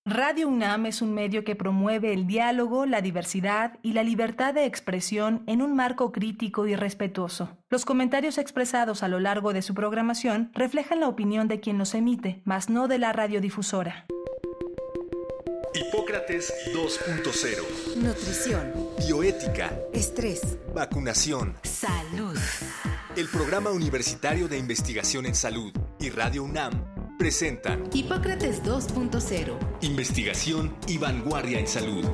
Radio UNAM es un medio que promueve el diálogo, la diversidad y la libertad de expresión en un marco crítico y respetuoso. Los comentarios expresados a lo largo de su programación reflejan la opinión de quien los emite, mas no de la radiodifusora. Hipócrates 2.0. Nutrición. Bioética. Estrés. Vacunación. Salud. El Programa Universitario de Investigación en Salud y Radio UNAM presentan Hipócrates 2.0. Investigación y vanguardia en salud.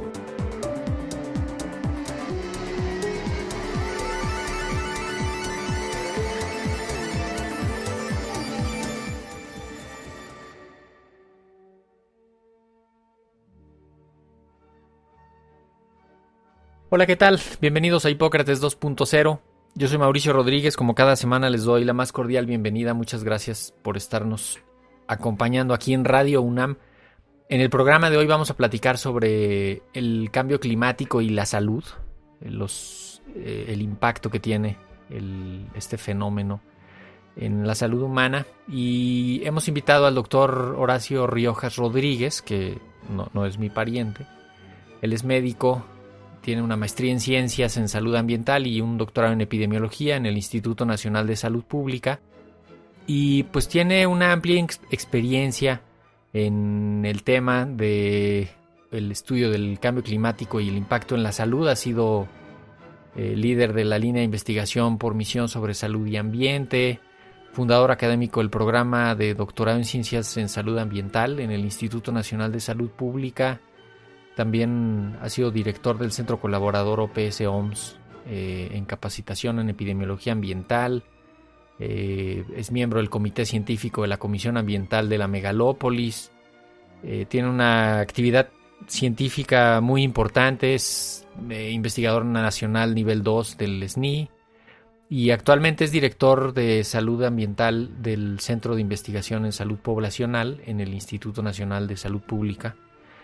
Hola, ¿qué tal? Bienvenidos a Hipócrates 2.0. Yo soy Mauricio Rodríguez. Como cada semana les doy la más cordial bienvenida. Muchas gracias por estarnos acompañando aquí en Radio UNAM. En el programa de hoy vamos a platicar sobre el cambio climático y la salud, el impacto que tiene este fenómeno en la salud humana. Y hemos invitado al doctor Horacio Riojas Rodríguez, que no es mi pariente. Él es médico. Tiene una maestría en Ciencias en Salud Ambiental y un doctorado en Epidemiología en el Instituto Nacional de Salud Pública. Y pues tiene una amplia experiencia en el tema del estudio del cambio climático y el impacto en la salud. Ha sido líder de la línea de investigación por misión sobre salud y ambiente, fundador académico del programa de doctorado en Ciencias en Salud Ambiental en el Instituto Nacional de Salud Pública. También ha sido director del Centro Colaborador OPS-OMS en capacitación en epidemiología ambiental. Es miembro del Comité Científico de la Comisión Ambiental de la Megalópolis. Tiene una actividad científica muy importante. Es investigador nacional nivel 2 del SNI. Y actualmente es director de Salud Ambiental del Centro de Investigación en Salud Poblacional en el Instituto Nacional de Salud Pública.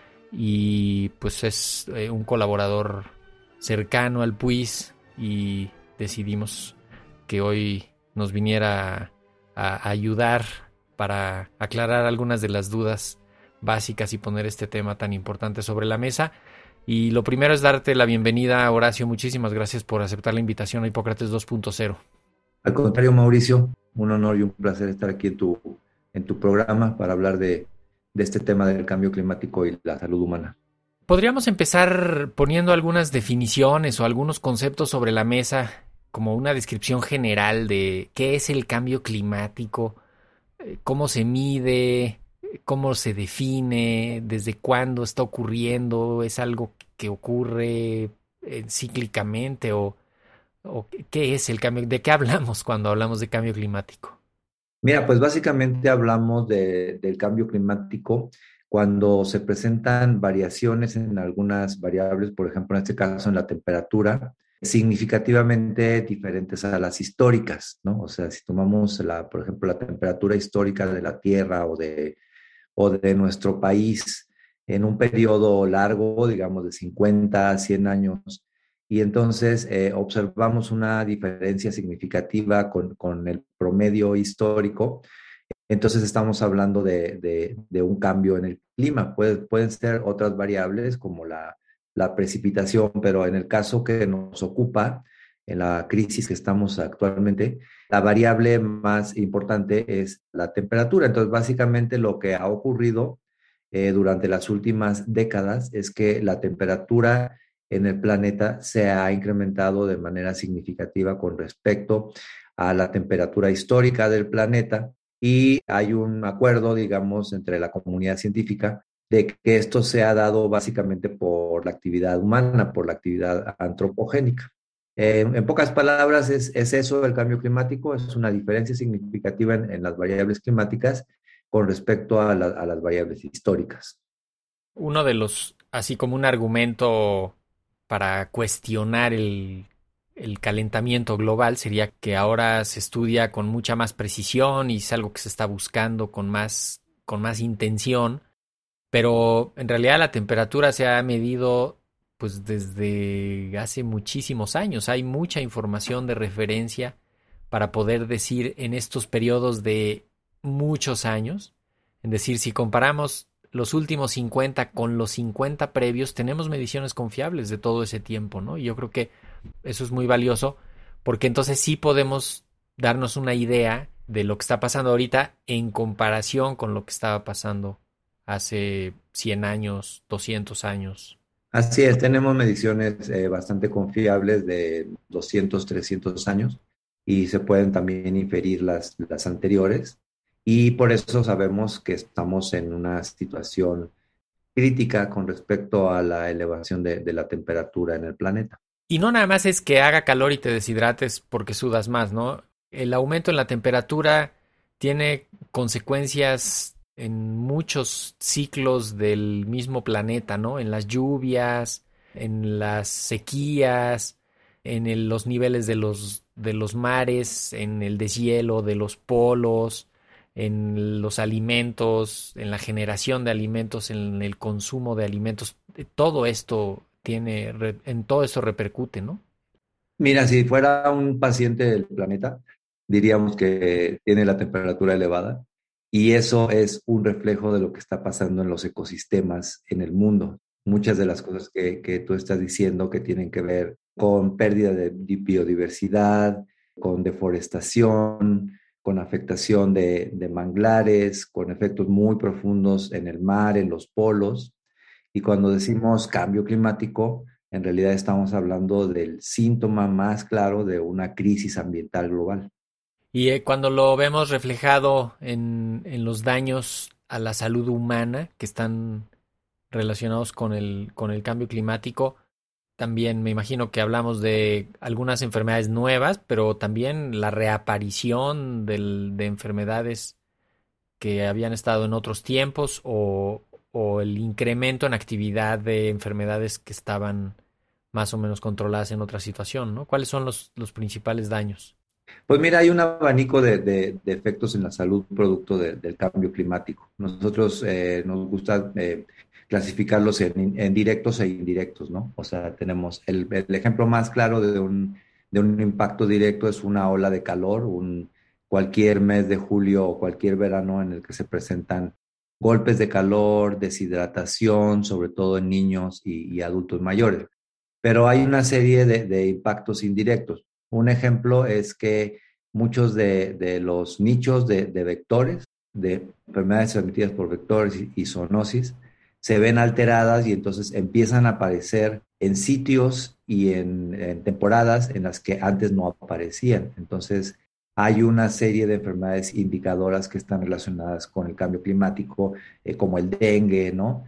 Y pues es un colaborador cercano al PUIS y decidimos que hoy nos viniera a ayudar para aclarar algunas de las dudas básicas y poner este tema tan importante sobre la mesa. Y lo primero es darte la bienvenida, Horacio. Muchísimas gracias por aceptar la invitación a Hipócrates 2.0. Al contrario, Mauricio, un honor y un placer estar aquí en tu programa para hablar de este tema del cambio climático y la salud humana. Podríamos empezar poniendo algunas definiciones o algunos conceptos sobre la mesa, como una descripción general de qué es el cambio climático, cómo se mide, cómo se define, desde cuándo está ocurriendo, es algo que ocurre cíclicamente o qué es el cambio, de qué hablamos cuando hablamos de cambio climático. Mira, pues básicamente hablamos del cambio climático cuando se presentan variaciones en algunas variables, por ejemplo, en este caso en la temperatura, significativamente diferentes a las históricas, ¿no? O sea, si tomamos, por ejemplo, la temperatura histórica de la Tierra o de nuestro país en un periodo largo, digamos de 50 a 100 años, y entonces observamos una diferencia significativa con el promedio histórico. Entonces estamos hablando de un cambio en el clima. Pueden ser otras variables como la precipitación, pero en el caso que nos ocupa, en la crisis que estamos actualmente, la variable más importante es la temperatura. Entonces, básicamente lo que ha ocurrido durante las últimas décadas es que la temperatura en el planeta se ha incrementado de manera significativa con respecto a la temperatura histórica del planeta, y hay un acuerdo, digamos, entre la comunidad científica de que esto se ha dado básicamente por la actividad humana, por la actividad antropogénica. En pocas palabras, es eso el cambio climático, es una diferencia significativa en las variables climáticas con respecto a las variables históricas. Uno de los, así como un argumento para cuestionar el calentamiento global sería que ahora se estudia con mucha más precisión y es algo que se está buscando con más intención, pero en realidad la temperatura se ha medido pues desde hace muchísimos años. Hay mucha información de referencia para poder decir en estos periodos de muchos años, es decir, si comparamos los últimos 50 con los 50 previos, tenemos mediciones confiables de todo ese tiempo, ¿no? Y yo creo que eso es muy valioso porque entonces sí podemos darnos una idea de lo que está pasando ahorita en comparación con lo que estaba pasando hace 100 años, 200 años. Así es, tenemos mediciones bastante confiables de 200, 300 años y se pueden también inferir las anteriores y por eso sabemos que estamos en una situación crítica con respecto a la elevación de la temperatura en el planeta. Y no nada más es que haga calor y te deshidrates porque sudas más, ¿no? El aumento en la temperatura tiene consecuencias en muchos ciclos del mismo planeta, ¿no? En las lluvias, en las sequías, en los niveles de los mares, en el deshielo de los polos, en los alimentos, en la generación de alimentos, en el consumo de alimentos. Todo esto en todo esto repercute, ¿no? Mira, si fuera un paciente del planeta, diríamos que tiene la temperatura elevada y eso es un reflejo de lo que está pasando en los ecosistemas en el mundo. Muchas de las cosas que tú estás diciendo que tienen que ver con pérdida de biodiversidad, con deforestación, con afectación de manglares, con efectos muy profundos en el mar, en los polos. Y cuando decimos cambio climático, en realidad estamos hablando del síntoma más claro de una crisis ambiental global. Y cuando lo vemos reflejado en los daños a la salud humana que están relacionados con el cambio climático, también me imagino que hablamos de algunas enfermedades nuevas, pero también la reaparición de enfermedades que habían estado en otros tiempos o el incremento en actividad de enfermedades que estaban más o menos controladas en otra situación, ¿no? ¿Cuáles son los principales daños? Pues mira, hay un abanico de efectos en la salud producto del cambio climático. Nosotros nos gusta clasificarlos en directos e indirectos, ¿no? O sea, tenemos el ejemplo más claro de un impacto directo es una ola de calor, cualquier mes de julio o cualquier verano en el que se presentan golpes de calor, deshidratación, sobre todo en niños y adultos mayores. Pero hay una serie de impactos indirectos. Un ejemplo es que muchos de los nichos de vectores, de enfermedades transmitidas por vectores y zoonosis, se ven alteradas y entonces empiezan a aparecer en sitios y en temporadas en las que antes no aparecían. Entonces, hay una serie de enfermedades indicadoras que están relacionadas con el cambio climático, como el dengue, ¿no?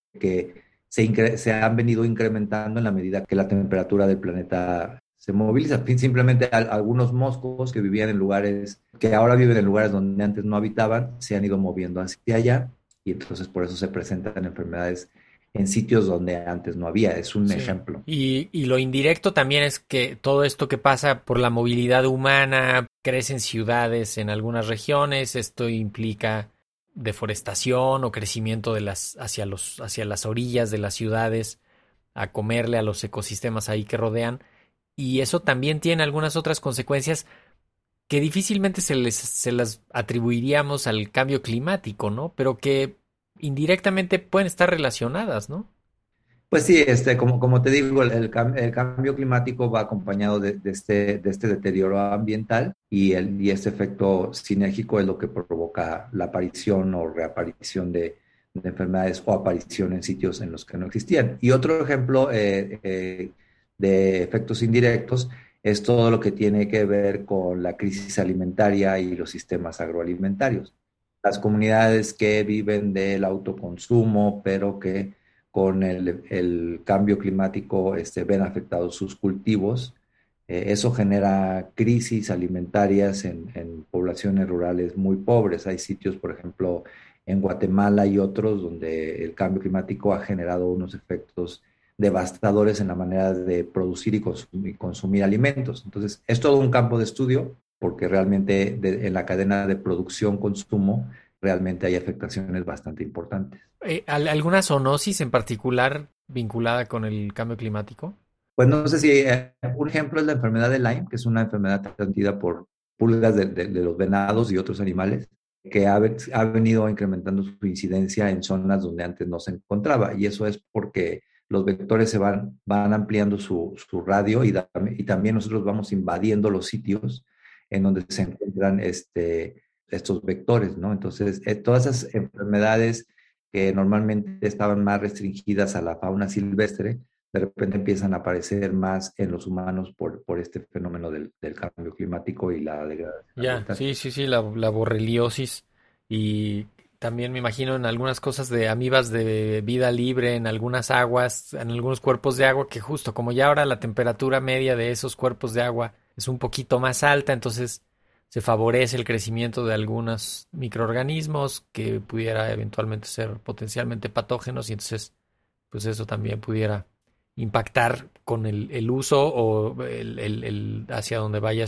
Que se han venido incrementando en la medida que la temperatura del planeta se moviliza. Simplemente algunos moscos que vivían en lugares, que ahora viven en lugares donde antes no habitaban, se han ido moviendo hacia allá y entonces por eso se presentan enfermedades en sitios donde antes no había. Es un ejemplo. Y lo indirecto también es que todo esto que pasa por la movilidad humana, crecen ciudades en algunas regiones, esto implica deforestación o crecimiento hacia las orillas de las ciudades, a comerle a los ecosistemas ahí que rodean. Y eso también tiene algunas otras consecuencias que difícilmente se las atribuiríamos al cambio climático, ¿no? Pero que indirectamente pueden estar relacionadas, ¿no? Pues sí, como te digo, el cambio climático va acompañado de este deterioro ambiental y este efecto sinérgico es lo que provoca la aparición o reaparición de enfermedades o aparición en sitios en los que no existían. Y otro ejemplo de efectos indirectos es todo lo que tiene que ver con la crisis alimentaria y los sistemas agroalimentarios. Las comunidades que viven del autoconsumo, pero que con el cambio climático ven afectados sus cultivos. Eso genera crisis alimentarias en poblaciones rurales muy pobres. Hay sitios, por ejemplo, en Guatemala y otros, donde el cambio climático ha generado unos efectos devastadores en la manera de producir y consumir alimentos. Entonces, es todo un campo de estudio, porque realmente en la cadena de producción-consumo realmente hay afectaciones bastante importantes. ¿Alguna zoonosis en particular vinculada con el cambio climático? Pues no sé si un ejemplo es la enfermedad de Lyme, que es una enfermedad transmitida por pulgas de los venados y otros animales. que ha venido incrementando su incidencia en zonas donde antes no se encontraba. Y eso es porque los vectores van ampliando su radio y también nosotros vamos invadiendo los sitios en donde se encuentran estos vectores, ¿no? Entonces, todas esas enfermedades que normalmente estaban más restringidas a la fauna silvestre, de repente empiezan a aparecer más en los humanos por este fenómeno del cambio climático y la degradación Ya, ambiental. sí, la borreliosis y también me imagino en algunas cosas de amibas de vida libre, en algunas aguas, en algunos cuerpos de agua, que justo como ya ahora la temperatura media de esos cuerpos de agua es un poquito más alta, entonces se favorece el crecimiento de algunos microorganismos que pudiera eventualmente ser potencialmente patógenos y entonces pues eso también pudiera impactar con el uso o hacia donde vaya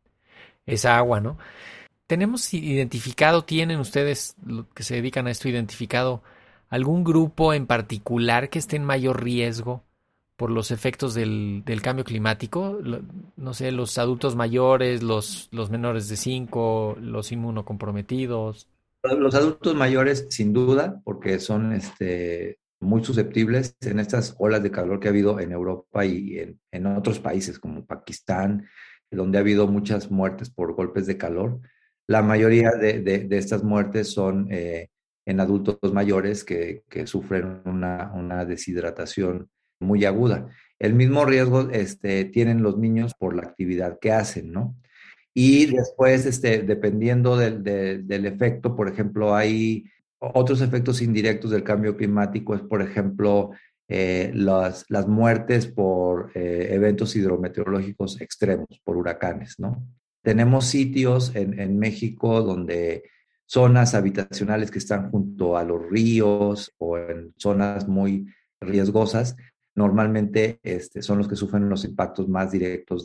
esa agua, ¿no? ¿Tenemos identificado, tienen ustedes que se dedican a esto, identificado algún grupo en particular que esté en mayor riesgo por los efectos del cambio climático? No sé, los adultos mayores, los menores de 5, los inmunocomprometidos. Los adultos mayores, sin duda, porque son muy susceptibles en estas olas de calor que ha habido en Europa y en otros países como Pakistán, donde ha habido muchas muertes por golpes de calor. La mayoría de estas muertes son en adultos mayores que sufren una deshidratación muy aguda. El mismo riesgo tienen los niños por la actividad que hacen, ¿no? Y después, dependiendo del efecto, por ejemplo, hay otros efectos indirectos del cambio climático, es por ejemplo las muertes por eventos hidrometeorológicos extremos, por huracanes, ¿no? Tenemos sitios en México donde zonas habitacionales que están junto a los ríos o en zonas muy riesgosas, normalmente son los que sufren los impactos más directos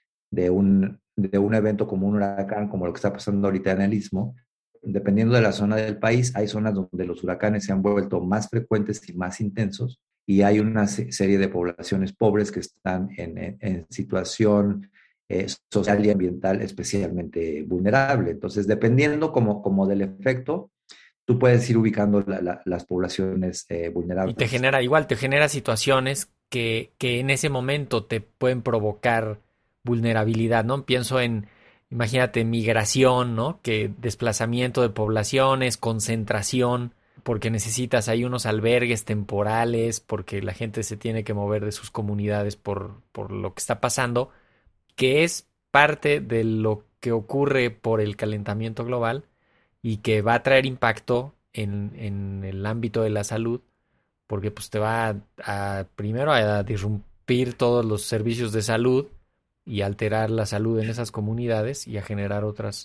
de un evento como un huracán, como lo que está pasando ahorita en el Istmo. Dependiendo de la zona del país, hay zonas donde los huracanes se han vuelto más frecuentes y más intensos, y hay una serie de poblaciones pobres que están en situación social y ambiental especialmente vulnerable. Entonces, dependiendo como del efecto, tú puedes ir ubicando las poblaciones Y te vulnerables. genera, igual, te genera situaciones que en ese momento te pueden provocar vulnerabilidad, ¿no? Pienso en, imagínate, migración, ¿no? Que desplazamiento de poblaciones, concentración, porque necesitas ahí unos albergues temporales, porque la gente se tiene que mover de sus comunidades por lo que está pasando, que es parte de lo que ocurre por el calentamiento global y que va a traer impacto en el ámbito de la salud, porque pues te va primero a disrumpir todos los servicios de salud y alterar la salud en esas comunidades y a generar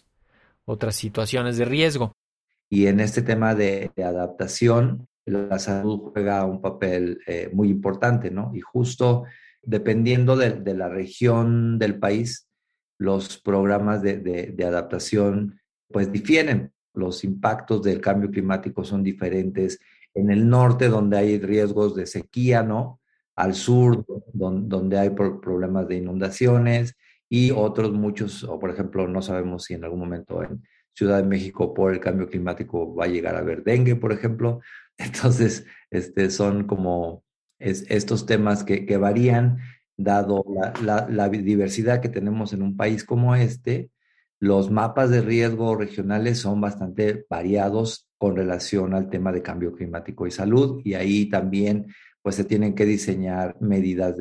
otras situaciones de riesgo. Y en este tema de adaptación, la salud juega un papel muy importante, ¿no? Y justo dependiendo de la región del país, los programas de adaptación pues difieren. Los impactos del cambio climático son diferentes. En el norte, donde hay riesgos de sequía, ¿no? Al sur, donde hay problemas de inundaciones y otros muchos, o por ejemplo, no sabemos si en algún momento en Ciudad de México por el cambio climático va a llegar a haber dengue, por ejemplo. Entonces, son como estos temas que varían, dado la diversidad que tenemos en un país como este. Los mapas de riesgo regionales son bastante variados con relación al tema de cambio climático y salud, y ahí también pues se tienen que diseñar medidas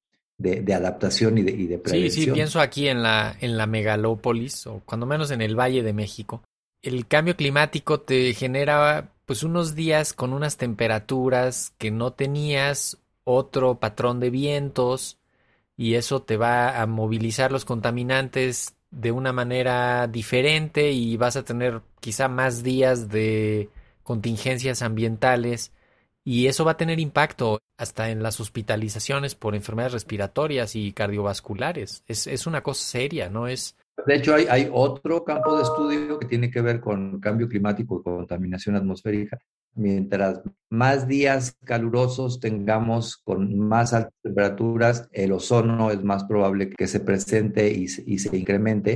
de adaptación y de Sí, prevención. pienso aquí en la megalópolis, o cuando menos en el Valle de México. El cambio climático te genera pues unos días con unas temperaturas que no tenías, otro patrón de vientos, y eso te va a movilizar los contaminantes de una manera diferente y vas a tener quizá más días de contingencias ambientales y eso va a tener impacto hasta en las hospitalizaciones por enfermedades respiratorias y cardiovasculares. Es una cosa seria, ¿no? De hecho, hay otro campo de estudio que tiene que ver con cambio climático y contaminación atmosférica. Mientras más días calurosos tengamos con más altas temperaturas, el ozono es más probable que se presente y se incremente.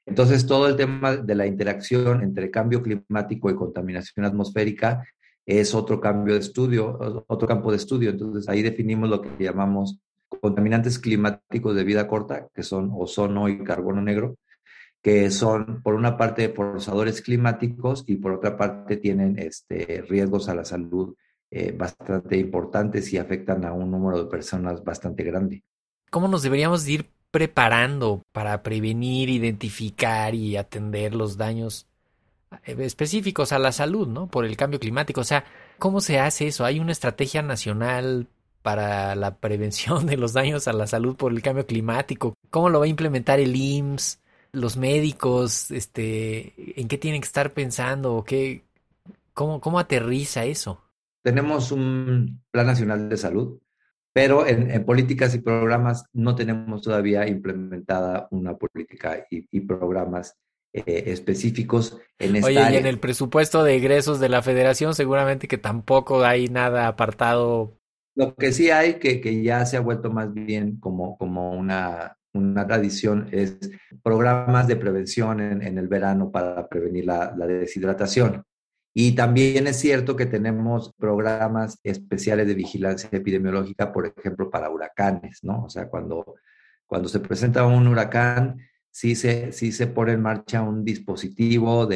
Entonces, todo el tema de la interacción entre cambio climático y contaminación atmosférica es otro cambio de estudio, otro campo de estudio. Entonces, ahí definimos lo que llamamos contaminantes climáticos de vida corta, que son ozono y carbono negro, que son, por una parte, forzadores climáticos y por otra parte tienen riesgos a la salud bastante importantes y afectan a un número de personas bastante grande. ¿Cómo nos deberíamos de ir preparando para prevenir, identificar y atender los daños específicos a la salud, ¿no? Por el cambio climático. O sea, ¿cómo se hace eso? ¿Hay una estrategia nacional para la prevención de los daños a la salud por el cambio climático? ¿Cómo lo va a implementar el IMSS? Los médicos, ¿en qué tienen que estar pensando? ¿Cómo aterriza eso? Tenemos un Plan Nacional de Salud, pero en políticas y programas no tenemos todavía implementada una política y programas específicos en esta Oye, y área. en el presupuesto de egresos de la Federación seguramente que tampoco hay nada apartado. Lo que sí hay, que ya se ha vuelto más bien como una tradición, es programas de prevención en el verano para prevenir la deshidratación. Y también es cierto que tenemos programas especiales de vigilancia epidemiológica, por ejemplo, para huracanes, ¿no? O sea, cuando se presenta un huracán, sí se pone en marcha un dispositivo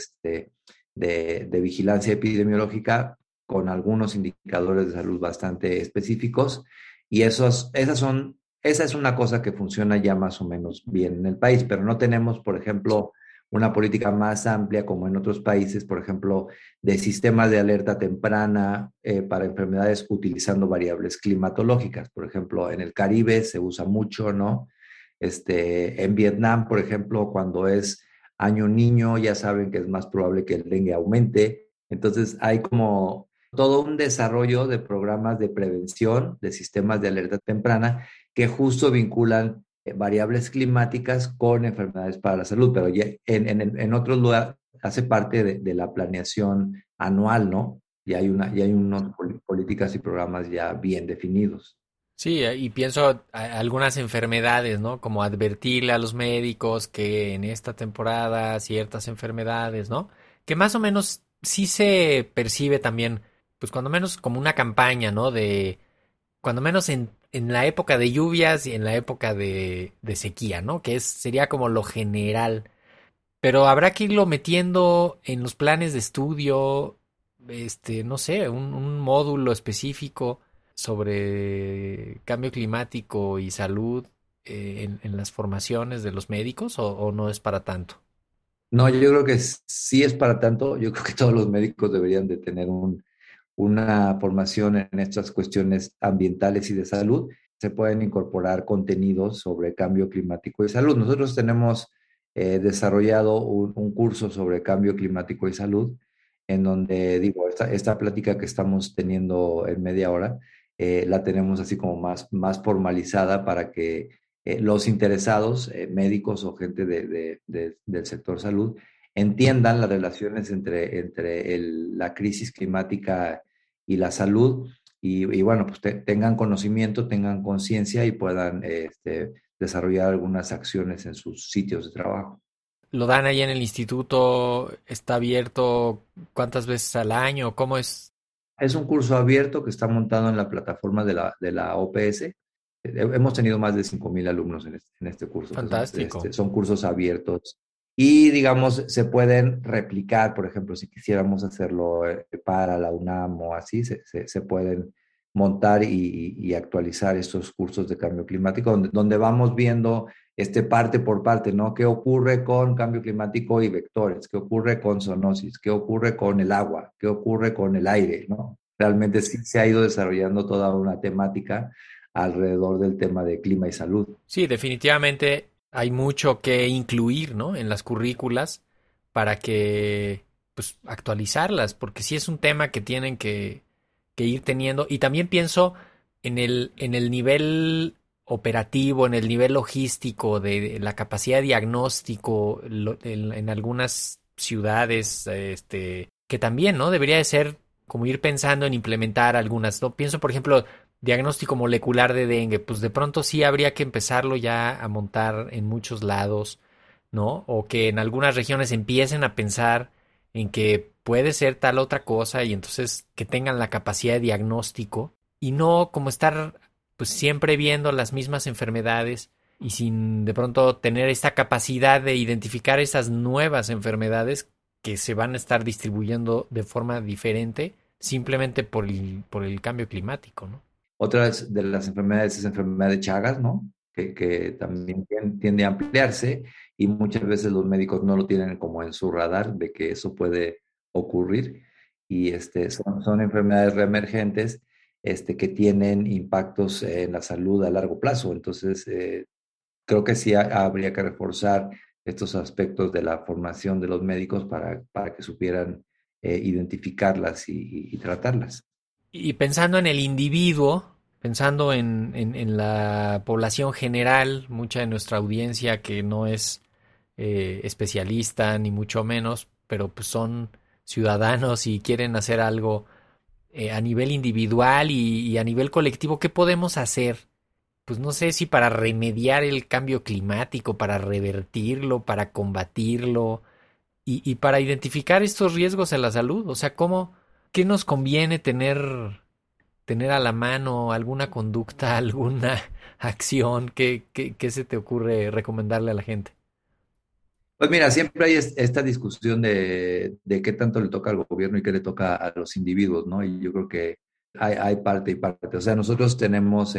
de vigilancia epidemiológica con algunos indicadores de salud bastante específicos. Y esa es una cosa que funciona ya más o menos bien en el país, pero no tenemos, por ejemplo, una política más amplia como en otros países, por ejemplo, de sistemas de alerta temprana para enfermedades utilizando variables climatológicas. Por ejemplo, en el Caribe se usa mucho, ¿no? En Vietnam, por ejemplo, cuando es año niño, ya saben que es más probable que el dengue aumente. Entonces, hay como todo un desarrollo de programas de prevención, de sistemas de alerta temprana, que justo vinculan variables climáticas con enfermedades para la salud, pero ya en otros lugares hace parte de la planeación anual, ¿no? Ya hay unas políticas y programas ya bien definidos. Sí, y pienso algunas enfermedades, ¿no? Como advertirle a los médicos que en esta temporada ciertas enfermedades, ¿no? Que más o menos sí se percibe también, pues cuando menos como una campaña, ¿no? De cuando menos en la época de lluvias y en la época de sequía, ¿no? Sería como lo general. Pero habrá que irlo metiendo en los planes de estudio, no sé, un módulo específico sobre cambio climático y salud en las formaciones de los médicos o no es para tanto. No, yo creo que sí es para tanto. Yo creo que todos los médicos deberían de tener una formación en estas cuestiones ambientales y de salud. Se pueden incorporar contenidos sobre cambio climático y salud. Nosotros tenemos desarrollado un curso sobre cambio climático y salud, en donde, digo, esta plática que estamos teniendo en media hora, la tenemos así como más formalizada para que los interesados, médicos o gente del sector salud, entiendan las relaciones entre la crisis climática y la salud y bueno, pues tengan conocimiento, tengan conciencia y puedan desarrollar algunas acciones en sus sitios de trabajo. ¿Lo dan ahí en el instituto? ¿Está abierto cuántas veces al año? ¿Cómo es? Es un curso abierto que está montado en la plataforma de la OPS. Hemos tenido más de 5,000 alumnos en este curso. Fantástico. Son cursos abiertos y, digamos, se pueden replicar, por ejemplo, si quisiéramos hacerlo para la UNAM o así, se pueden montar y actualizar estos cursos de cambio climático, donde vamos viendo parte por parte, ¿no? ¿Qué ocurre con cambio climático y vectores? ¿Qué ocurre con zoonosis? ¿Qué ocurre con el agua? ¿Qué ocurre con el aire? ¿No? Realmente sí se ha ido desarrollando toda una temática alrededor del tema de clima y salud. Sí, definitivamente hay mucho que incluir, ¿no? En las currículas para que, pues, actualizarlas, porque sí es un tema que tienen que ir teniendo. Y también pienso en el nivel operativo, en el nivel logístico, de la capacidad de diagnóstico en algunas ciudades, que también, ¿no? Debería de ser como ir pensando en implementar algunas, ¿no? Pienso, por ejemplo, diagnóstico molecular de dengue, pues de pronto sí habría que empezarlo ya a montar en muchos lados ¿no? O que en algunas regiones empiecen a pensar en que puede ser tal otra cosa y entonces que tengan la capacidad de diagnóstico y no como estar pues siempre viendo las mismas enfermedades y sin de pronto tener esta capacidad de identificar esas nuevas enfermedades que se van a estar distribuyendo de forma diferente simplemente por el cambio climático, ¿no? Otra de las enfermedades es enfermedad de Chagas, ¿no? Que también tiende a ampliarse y muchas veces los médicos no lo tienen como en su radar de que eso puede ocurrir. Y son enfermedades reemergentes que tienen impactos en la salud a largo plazo. Entonces, creo que sí habría que reforzar estos aspectos de la formación de los médicos para que supieran identificarlas y tratarlas. Y pensando en el individuo, pensando en la población general, mucha de nuestra audiencia que no es especialista ni mucho menos, pero pues son ciudadanos y quieren hacer algo a nivel individual y a nivel colectivo, ¿qué podemos hacer? Pues no sé si para remediar el cambio climático, para revertirlo, para combatirlo y para identificar estos riesgos a la salud. O sea, qué nos conviene tener a la mano alguna conducta, alguna acción? ¿Qué se te ocurre recomendarle a la gente? Pues mira, siempre hay esta discusión de qué tanto le toca al gobierno y qué le toca a los individuos, ¿no? Y yo creo que hay parte y parte. O sea, nosotros tenemos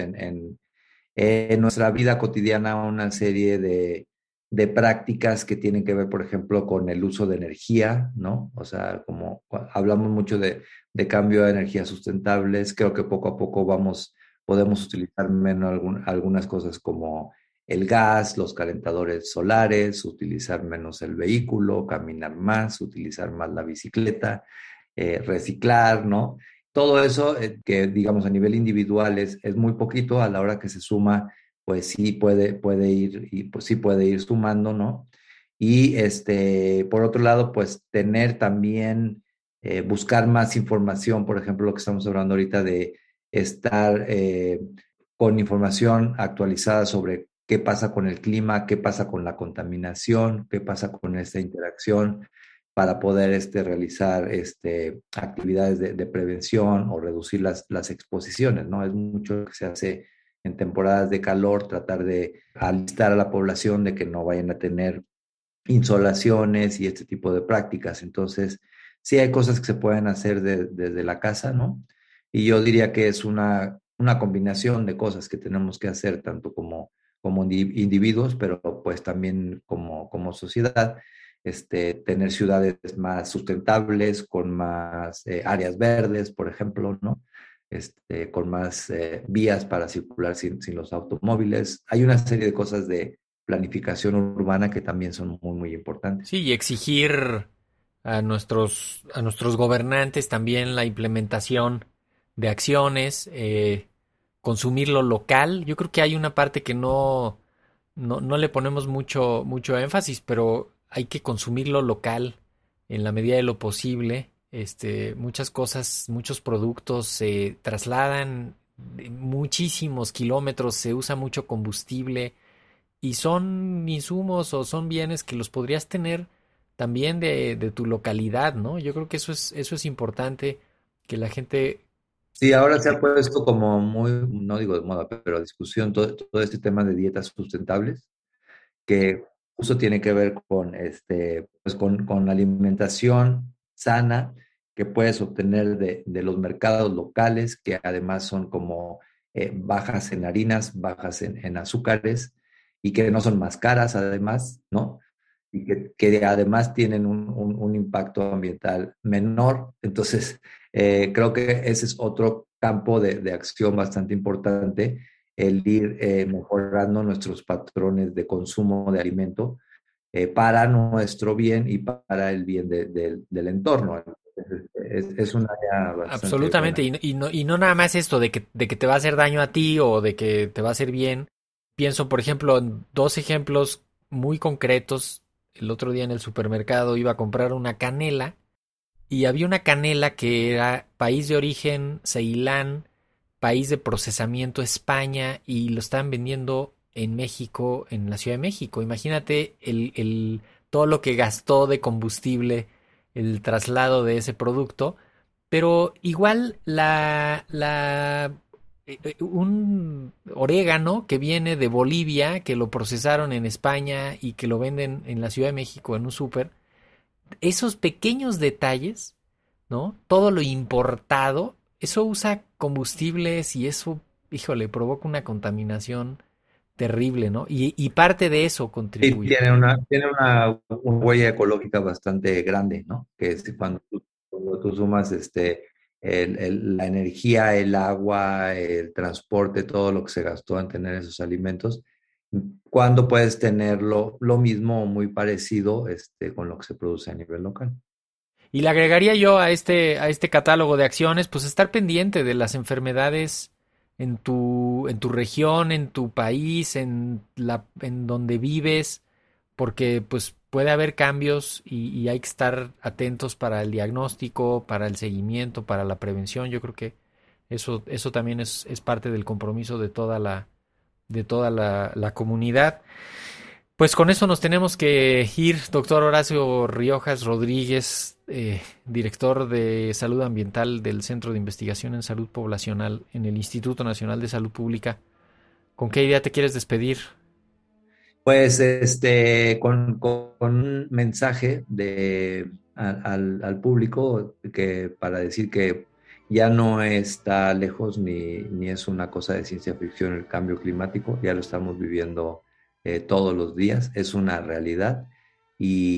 en nuestra vida cotidiana una serie de prácticas que tienen que ver, por ejemplo, con el uso de energía, ¿no? O sea, como hablamos mucho de cambio a energías sustentables, creo que poco a poco podemos utilizar menos algunas cosas como el gas, los calentadores solares, utilizar menos el vehículo, caminar más, utilizar más la bicicleta, reciclar, ¿no? Todo eso que digamos a nivel individual es muy poquito, a la hora que se suma, pues sí puede ir, y pues sí puede ir sumando, ¿no? Y por otro lado, pues tener también, buscar más información, por ejemplo, lo que estamos hablando ahorita de estar con información actualizada sobre qué pasa con el clima, qué pasa con la contaminación, qué pasa con esta interacción para poder realizar actividades de prevención o reducir las exposiciones, ¿no? Es mucho lo que se hace en temporadas de calor, tratar de alistar a la población de que no vayan a tener insolaciones y este tipo de prácticas. Entonces, sí hay cosas que se pueden hacer desde la casa, ¿no? Y yo diría que es una combinación de cosas que tenemos que hacer, tanto como individuos, pero pues también como sociedad. Tener ciudades más sustentables, con más áreas verdes, por ejemplo, ¿no? Con más vías para circular sin los automóviles. Hay una serie de cosas de planificación urbana que también son muy, muy importantes. Sí, y exigir a nuestros gobernantes también la implementación de acciones, consumir lo local. Yo creo que hay una parte que no le ponemos mucho énfasis, pero hay que consumir lo local en la medida de lo posible. Muchas cosas, muchos productos se trasladan muchísimos kilómetros, se usa mucho combustible y son insumos o son bienes que los podrías tener también de tu localidad, ¿no? Yo creo que eso es importante, que la gente... Sí, ahora se ha puesto como muy, no digo de moda, pero a discusión todo este tema de dietas sustentables, que justo tiene que ver pues con la alimentación sana que puedes obtener de los mercados locales, que además son como bajas en harinas, bajas en azúcares y que no son más caras además, ¿no? Y que además tienen un impacto ambiental menor. Entonces, creo que ese es otro campo de acción bastante importante, el ir mejorando nuestros patrones de consumo de alimento para nuestro bien y para el bien del entorno. Entonces, es un área bastante Absolutamente, buena. y no nada más esto de que te va a hacer daño a ti o de que te va a hacer bien. Pienso, por ejemplo, en dos ejemplos muy concretos. El otro día en el supermercado iba a comprar una canela y había una canela que era país de origen Ceilán, país de procesamiento España y lo estaban vendiendo en México, en la Ciudad de México. Imagínate todo lo que gastó de combustible el traslado de ese producto, pero igual un orégano que viene de Bolivia, que lo procesaron en España y que lo venden en la Ciudad de México en un súper, esos pequeños detalles, ¿no? Todo lo importado, eso usa combustibles y eso, híjole, provoca una contaminación terrible, ¿no? Y parte de eso contribuye. Sí, tiene una huella ecológica bastante grande, ¿no? Que es cuando tú sumas la energía, el agua, el transporte, todo lo que se gastó en tener esos alimentos, cuando puedes tenerlo lo mismo o muy parecido con lo que se produce a nivel local. Y le agregaría yo a este catálogo de acciones, pues estar pendiente de las enfermedades en tu región, en tu país, en donde vives, porque pues puede haber cambios y hay que estar atentos para el diagnóstico, para el seguimiento, para la prevención. Yo creo que eso también es parte del compromiso de toda la comunidad. Pues con eso nos tenemos que ir, doctor Horacio Riojas Rodríguez, director de Salud Ambiental del Centro de Investigación en Salud Poblacional en el Instituto Nacional de Salud Pública. ¿Con qué idea te quieres despedir? Pues con un mensaje al público para decir que ya no está lejos ni es una cosa de ciencia ficción el cambio climático, ya lo estamos viviendo todos los días, es una realidad y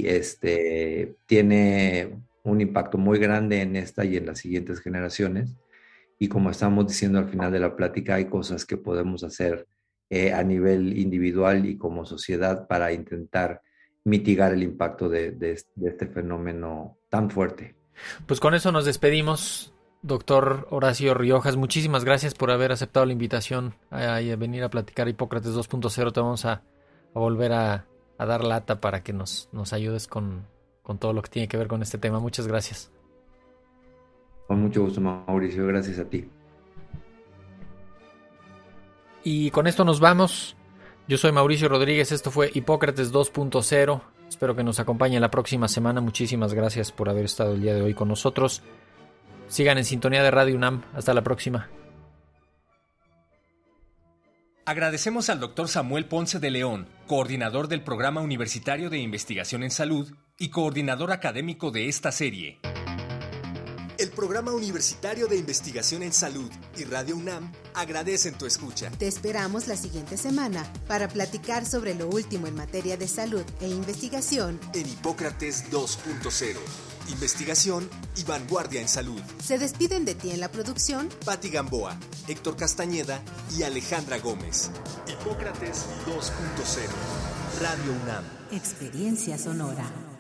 tiene un impacto muy grande en esta y en las siguientes generaciones. Y como estamos diciendo al final de la plática, hay cosas que podemos hacer a nivel individual y como sociedad para intentar mitigar el impacto de este fenómeno tan fuerte. Pues con eso nos despedimos, doctor Horacio Riojas. Muchísimas gracias por haber aceptado la invitación a venir a platicar Hipócrates 2.0. Te vamos a volver a dar lata para que nos ayudes con todo lo que tiene que ver con este tema. Muchas gracias. Con mucho gusto, Mauricio. Gracias a ti. Y con esto nos vamos. Yo soy Mauricio Rodríguez. Esto fue Hipócrates 2.0. Espero que nos acompañe la próxima semana. Muchísimas gracias por haber estado el día de hoy con nosotros. Sigan en sintonía de Radio UNAM. Hasta la próxima. Agradecemos al Dr. Samuel Ponce de León, coordinador del Programa Universitario de Investigación en Salud y coordinador académico de esta serie. El Programa Universitario de Investigación en Salud y Radio UNAM agradecen tu escucha. Te esperamos la siguiente semana para platicar sobre lo último en materia de salud e investigación en Hipócrates 2.0. Investigación y vanguardia en salud. Se despiden de ti en la producción Patti Gamboa, Héctor Castañeda y Alejandra Gómez. Hipócrates 2.0. Radio UNAM. Experiencia sonora.